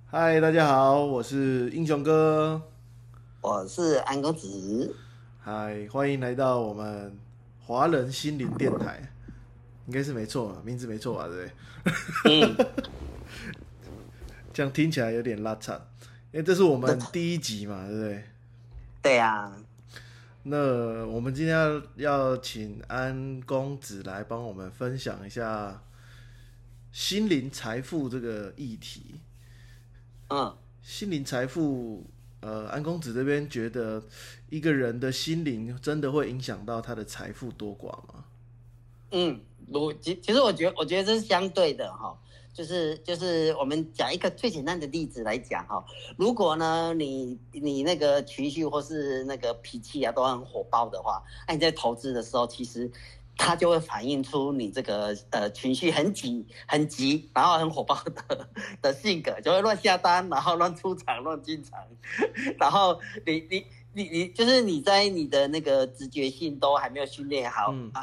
嗨，大家好，我是英雄哥。 我是安公子。 嗨，欢迎来到我们华人心灵电台，应该是没错嘛，名字没错吧？对不对？ 嗯， 这样听起来有点拉长，因为这是我这们第一集嘛，对不对？ 对啊。 那我们今天要请安公子来帮我们分享一下心灵财富这个议题。 嗯心灵财富，安公子这边觉得一个人的心灵真的会影响到他的财富多寡吗？ 嗯，其实我觉得这是相对的哈。就是我们讲一个最简单的例子来讲哈。如果呢你那个情绪或是那个脾气啊都很火爆的话，那你在投资的时候，其实它就会反映出你这个情绪很急，然后很火爆的性格，就会乱下单，然后乱出场、乱进场。然后就是你在你的那个直觉性都还没有训练好嗯，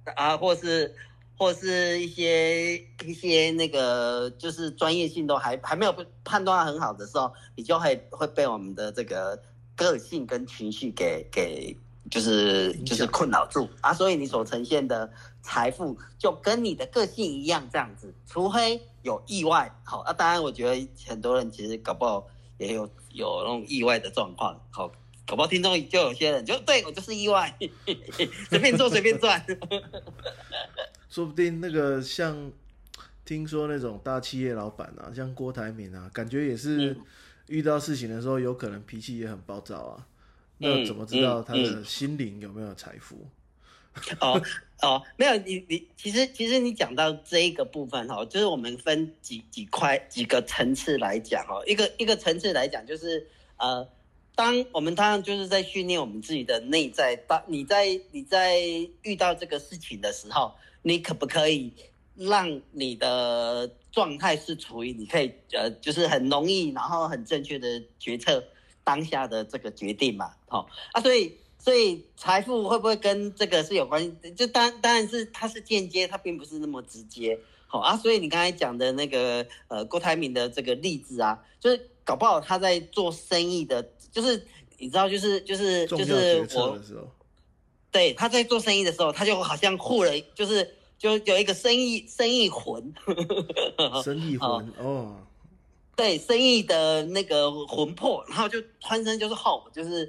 或是一些那个就是专业性都还没有判断很好的时候，你就会被我们的这个个性跟情绪给就是影响。 困扰住啊。所以你所呈现的财富就跟你的个性一样这样子，除非有意外。好啊，当然我觉得很多人其实搞不好也有那种意外的状况。好，搞不好听众就有些人就对我就是意外，随便做随便赚。 说不定那个像听说那种大企业老板啊，像郭台铭啊，感觉也是嗯遇到事情的时候，有可能脾气也很暴躁啊。那怎嗯么知道他嗯嗯。 的心灵有没有财富？ 哦没有你，其实你讲到这一个部分哈，就是我们分几个层次来讲哈。一个层次来讲，就是当我们当然就是在训练我们自己的内在。当你在遇到这个事情的时候，你可不可以让你的状态是处于你可以就是很容易，然后很正确的决策当下的这个决定嘛？所以财富会不会跟这个是有关系？就当然是它是间接，它并不是那么直接。好啊，所以你刚才讲的那个郭台铭的这个例子啊，就是搞不好他在做生意的，就是你知道，就重要决策是的时候， 对，他在做生意的时候，他就好像护了，就有一个生意魂。 生意哦， 魂哦， 对，生意的那个魂魄，然后就穿身就是厚，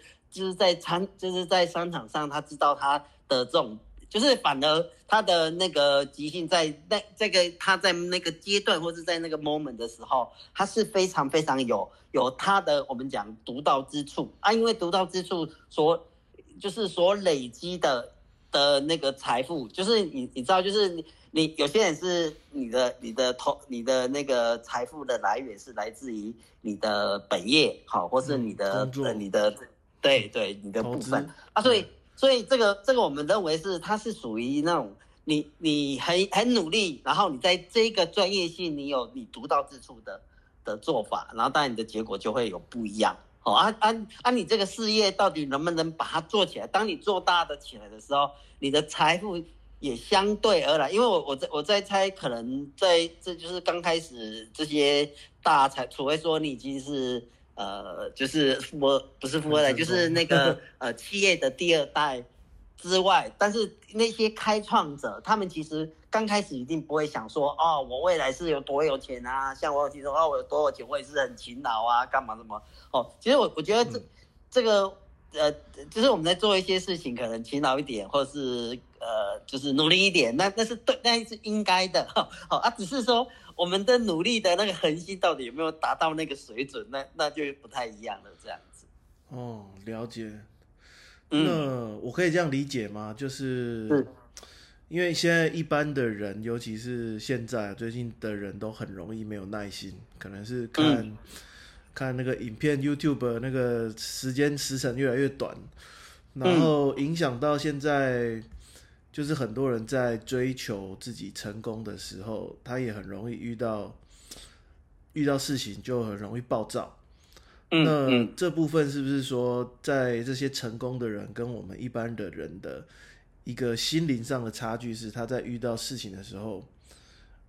就是在商场上，他知道他的这种，就是反而他的那个即兴在这个他在那个阶段或是在那个 moment 的时候，他是非常非常有他的我们讲独到之处啊。因为独到之处所累积的那个财富，就是你知道，就是你有些人是你的那个财富的来源是来自于你的本业，好，或是你嗯， 的工作你的对你的部分投资， 啊。所嗯， 以这个我们认为是它是属于那种你很努力，然后你在这个专业性你有你独到之处的做法，然后当然你的结果就会有不一样。好你这个事业到底能不能把它做起来？当你做大的起来的时候，你的财富也相对而来。因为我在猜，可能在这就是刚开始这些大财，除非说你已经是就是不是富很二代， 成功， 就是那个企业的第二代之外，但是那些开创者，他们其实刚开始一定不会想说，哦，我未来是有多有钱啊，像我有听说，哦，我有多有钱，我也是很勤劳啊，干嘛什么。哦，其实我觉得嗯， 这个就是我们在做一些事情，可能勤劳一点，或是就是努力一点，那是对，那是应该的。好啊，只是说我们的努力的那个恒心到底有没有达到那个水准，那就不太一样了，这样子。 哦，了解。那嗯， 我可以这样理解吗？就是是， 因为现在一般的人，尤其是现在最近的人都很容易没有耐心，可能是嗯看那个影片 YouTube 那个时程越来越短，然嗯后影响到现在，就是很多人在追求自己成功的时候，他也很容易遇到事情就很容易暴躁。那嗯嗯。 这部分是不是说，在这些成功的人跟我们一般的人的一个心灵上的差距是，他在遇到事情的时候，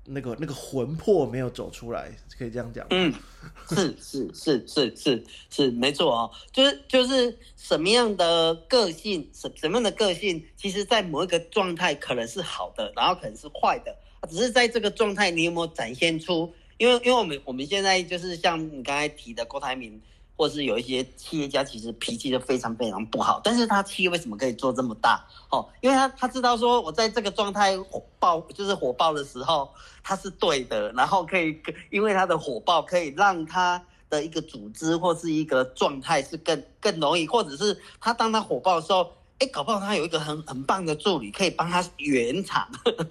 那个魂魄没有走出来，可以这样讲。 是，没错哦，就是什么样的个性，什么样的个性，其实在某一个状态可能是好的，然后可能是坏的，只是在这个状态你有没有展现出？因为我们现在就是像你刚才提的郭台铭，或是有一些企业家，其实脾气就非常非常不好，但是他企业为什么可以做这么大？因为他知道说我在这个状态火爆的时候，他是对的，然后可以因为他的火爆可以让他的一个组织或是一个状态是更容易，或者是当他火爆的时候，搞不好他有一个很棒的助理可以帮他圆场，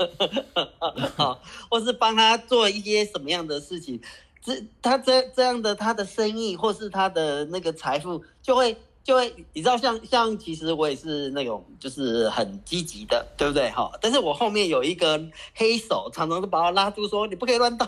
或是帮他做一些什么样的事情，这样的他的生意或是他的那个财富就会，你知道像其实我也是那种就是很积极的，对不对哈？但是我后面有一个黑手，常常都把我拉住说你不可以乱动。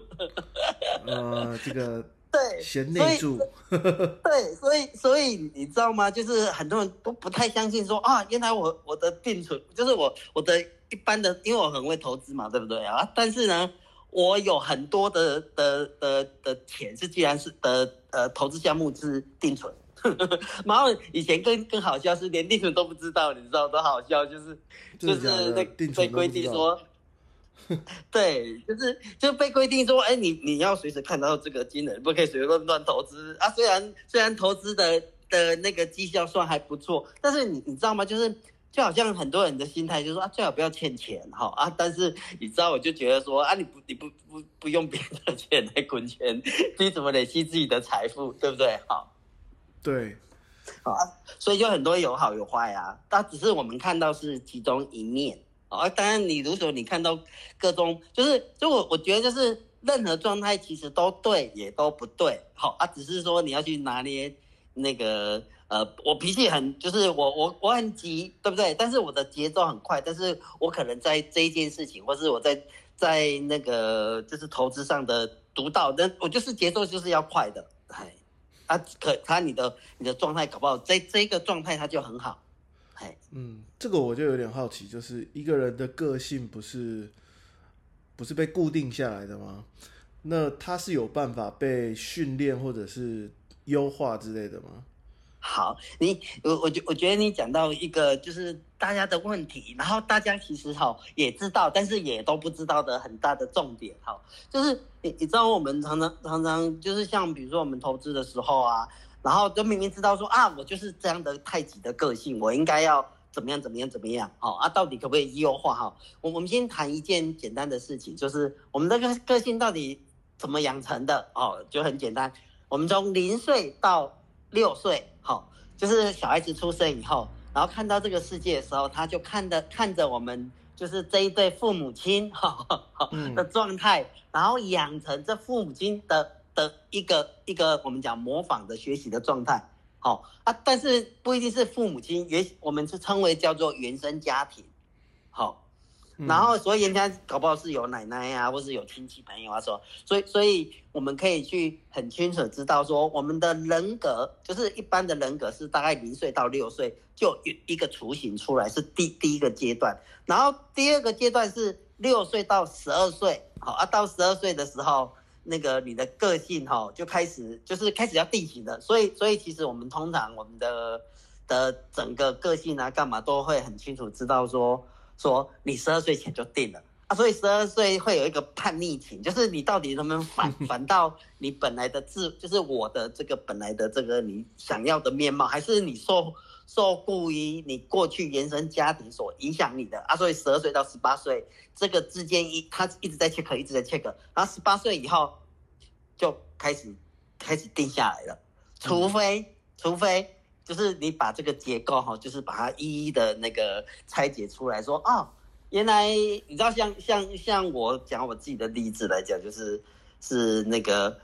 这个对贤内助。 对，所以你知道吗？就是很多人都不太相信说啊，原来我的定存就是我的一般的，因为我很会投资嘛，对不对啊？但是呢，我有很多的钱既然是投资项目是定存。然后以前更好笑是连定存都不知道，你知道多好笑？就是那被规定说，对，就被规定说，你要随时看到这个金额，不可以随便乱投资啊。虽然投资的那个绩效算还不错，但是你知道吗？就好像很多人的心态就是说最好不要欠钱但是你知道，我就觉得说你不用别人的钱来滚钱，你怎么累积自己的财富，对不对？ 对， 所以就很多有好有坏啊，但只是我们看到是其中一面当然，如果你看到各种，就我觉得就是任何状态其实都对，也都不对，只是说你要去拿捏那个我脾气就是我很急，对不对？但是我的节奏很快，但是我可能在这一件事情，或是我在那个就是投资上的独到，我就是节奏就是要快的，你的状态搞不好，这个状态它就很好， 这个我就有点好奇，就是一个人的个性不是被固定下来的吗？那他是有办法被训练或者是优化之类的吗？ 好，我觉得你讲到一个就是大家的问题，然后大家其实也知道，但是也都不知道的很大的重点就是你知道我们常常就是像比如说我们投资的时候啊，然后就明明知道说我就是这样的太极的个性，我应该要怎么样到底可不可以优化我们先谈一件简单的事情，就是我们的个性到底怎么养成的就很简单，我们从0岁到6岁就是小孩子出生以后，然后看到这个世界的时候，他就看着我们就是这一对父母亲的状态，然后养成这父母亲的一个我们讲模仿的学习的状态但是不一定是父母亲，我们是称为叫做原生家庭然后所以人家搞不好是有奶奶啊，或是有亲戚朋友说，所以我们可以去很清楚知道说，我们的人格就是一般的人格是大概0岁到6岁就有一个雏形出来，是第一个阶段，然后第二个阶段是6岁到12岁，到12岁的时候，那个你的个性就开始要定型的，所以其实我们通常我们的整个个性啊干嘛都会很清楚知道说你12岁前就定了所以12岁会有一个叛逆期，就是你到底能不能反到你本来的就是我的这个本来的这个你想要的面貌，还是你受雇于你过去原生家庭所影响你的所以12岁到18岁这个之间他一直在 check， 然后18岁以后就开始定下来了，除非就是你把这个结构就是把它一一的那个拆解出来说原来你知道像我讲我自己的例子来讲，是那个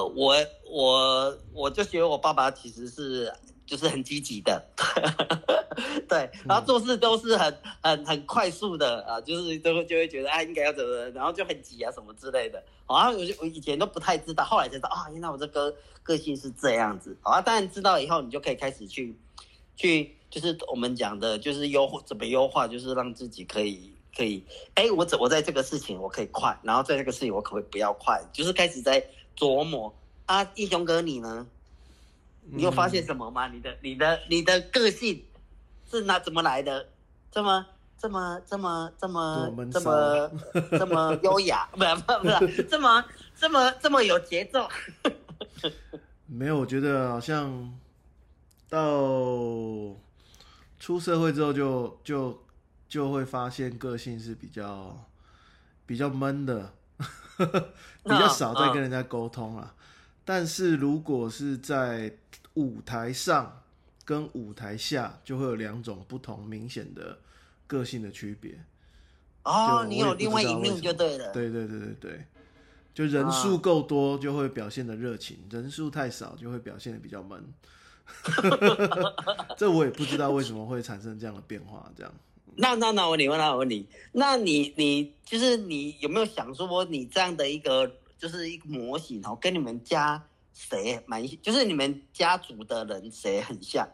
我就觉得我爸爸其实是就是很积极的对，然后做事都是很快速的就是就会觉得应该要怎么，然后就很急什么之类的然后我以前都不太知道，后来才知道原来我这个性是这样子当然知道以后你就可以开始去就是我们讲的就是怎么优化，就是让自己可以可以，我在这个事情我可以快，然后在这个事情我可不可以不要快，就是开始在琢磨啊。义雄哥你呢？你有发现什么吗？你的个性是怎么来的？这么优雅，不是这么有节奏。 没有，我觉得好像到出社会之后就会发现个性是比较闷的，比较少在跟人家沟通啦。但是如果是在舞台上跟舞台下，就会有2种不同明显的个性的区别。 哦，你有另外一面就对了。 对，就人数够多就会表现的热情，人数太少就会表现的比较闷。这我也不知道为什么会产生这样的变化。这样， 那我问你，那你就是你有没有想说，你这样的一个就是一个模型哦，跟你们家谁就是你们家族的人谁很像？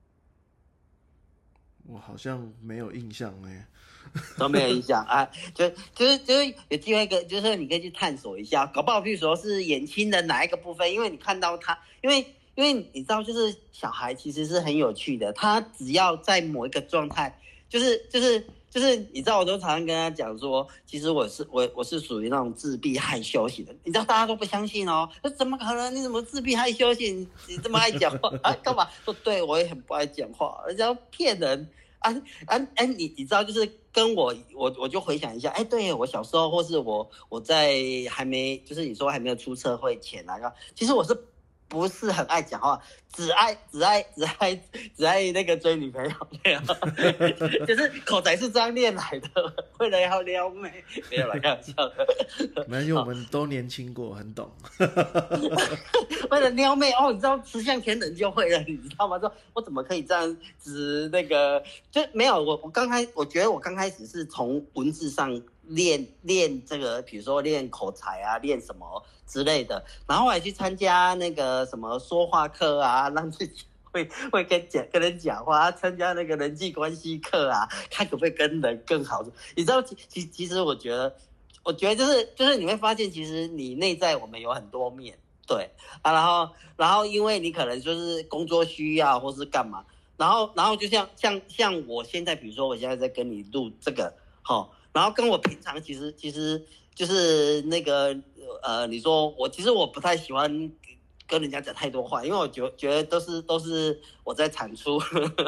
我好像没有印象哎。 都没有印象啊，就是有机会就是你可以去探索一下，搞不好譬如说是眼睛的哪一个部分，因为你看到他，因为你知道，就是小孩其实是很有趣的，他只要在某一个状态，就是你知道，我都常常跟他讲说，其实我是属于那种自闭害羞型的，你知道大家都不相信哦，那怎么可能？你怎么自闭害羞型？你这么爱讲话啊？干嘛？说对我也很不爱讲话，人家骗人。你知道，就是跟我就回想一下，对我小时候，或是我在还没，就是你说还没有出社会前其实我是不是很爱讲话，只爱那个追女朋友，没有，就是口才是这样练来的，为了要撩妹，没有啦，开玩笑的。 没关系，我们都年轻过，很懂。 为了撩妹哦，你知道吃相甜人就会了，你知道吗？说我怎么可以这样子那个就没有我觉得我刚开始是从文字上练这个，比如说练口才啊，练什么之类的，然后还去参加那个什么说话课啊，让自己会跟人讲话，参加那个人际关系课啊，看可不可以跟人更好。你知道，其实我觉得就是你会发现，其实你内在我们有很多面。对啊，然后因为你可能就是工作需要或是干嘛，然后就像我现在，比如说我现在在跟你录这个，然后跟我平常其实就是那个你说其实我不太喜欢跟人家讲太多话，因为我觉得都是我在产出，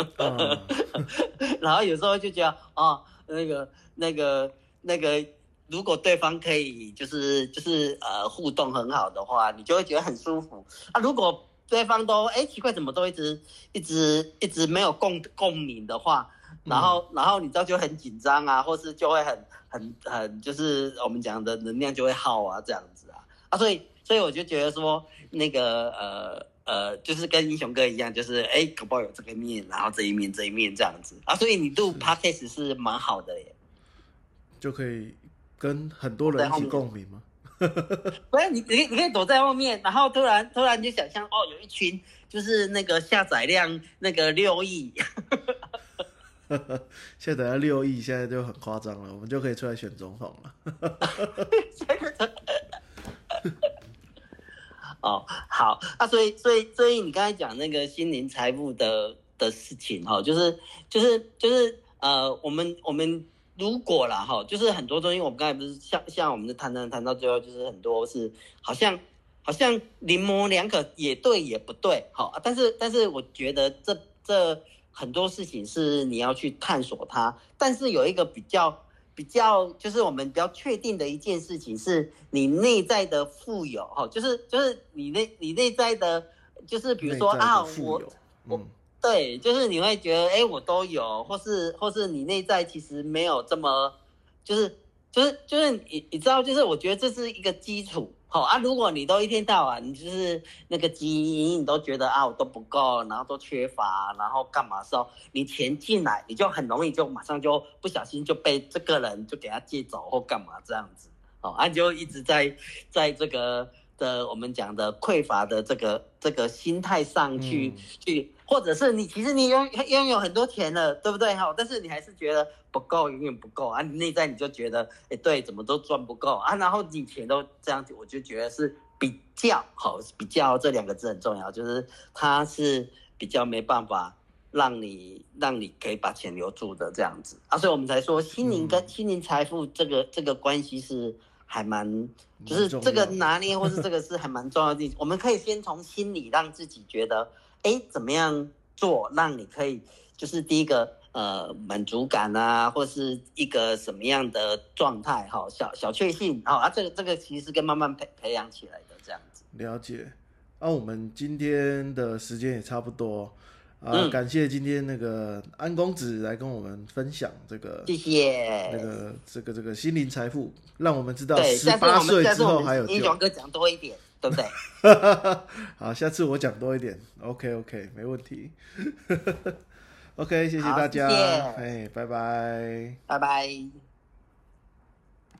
然后有时候就觉得那个。如果对方可以就是互动很好的话，你就会觉得很舒服啊。如果对方都奇怪怎么都一直没有共鸣的话，然后你知道就很紧张啊，或是就会很就是我们讲的能量就会耗啊这样子啊，所以我就觉得说那个就是跟英雄哥一样，就是搞不好有这个面，然后这一面这样子啊，所以你录 podcast 是蛮好的耶， 就可以跟很多人一起共鸣吗？ 不是你可以躲在后面，然后突然就想象有一群就是那个下载量那个6亿， 下载量6亿，现在就很夸张了，我们就可以出来选总统了。 好啊，所以你刚才讲那个心灵财富的事情就是我们。如果啦就是很多东西，我们刚才不是像我们的谈到最后，就是很多是好像临模两可，也对也不对，但是我觉得这很多事情是你要去探索它，但是有一个比较就是我们比较确定的一件事情是你内在的富有就是你内在的，就是比如说我。对，就是你会觉得，我都有，或是你内在其实没有这么，就是你知道，就是我觉得这是一个基础，如果你都一天到晚你就是那个基因，你都觉得我都不够，然后都缺乏，然后干嘛的时候，你钱进来，你就很容易就马上就不小心就被这个人就给他借走或干嘛这样子，你就一直在这个我们讲的匮乏的这个心态上去，或者是其实你拥有很多钱了，对不对哈？但是你还是觉得不够，永远不够啊！你内在你就觉得，对，怎么都赚不够啊，然后你钱都这样子，我就觉得是比较好，比较这2个字很重要，就是它是比较没办法让你可以把钱留住的这样子啊，所以我们才说心灵跟心灵财富这个关系是还蛮，就是这个拿捏或是这个是还蛮重要的。我们可以先从心里让自己觉得，怎么样做让你可以就是第一个满足感啊，或是一个什么样的状态哈，小确幸啊，这个其实是跟慢慢培养起来的这样子。 了解。我们今天的时间也差不多。感谢今天那个安公子来跟我们分享这个， 谢谢。 那个这个心灵财富，让我们知道 18 岁之后还有救。 英雄哥讲多一点，对不对？ 好，下次我讲多一点。OK， 没问题。OK， 谢谢大家。 谢谢。 拜拜。 拜拜。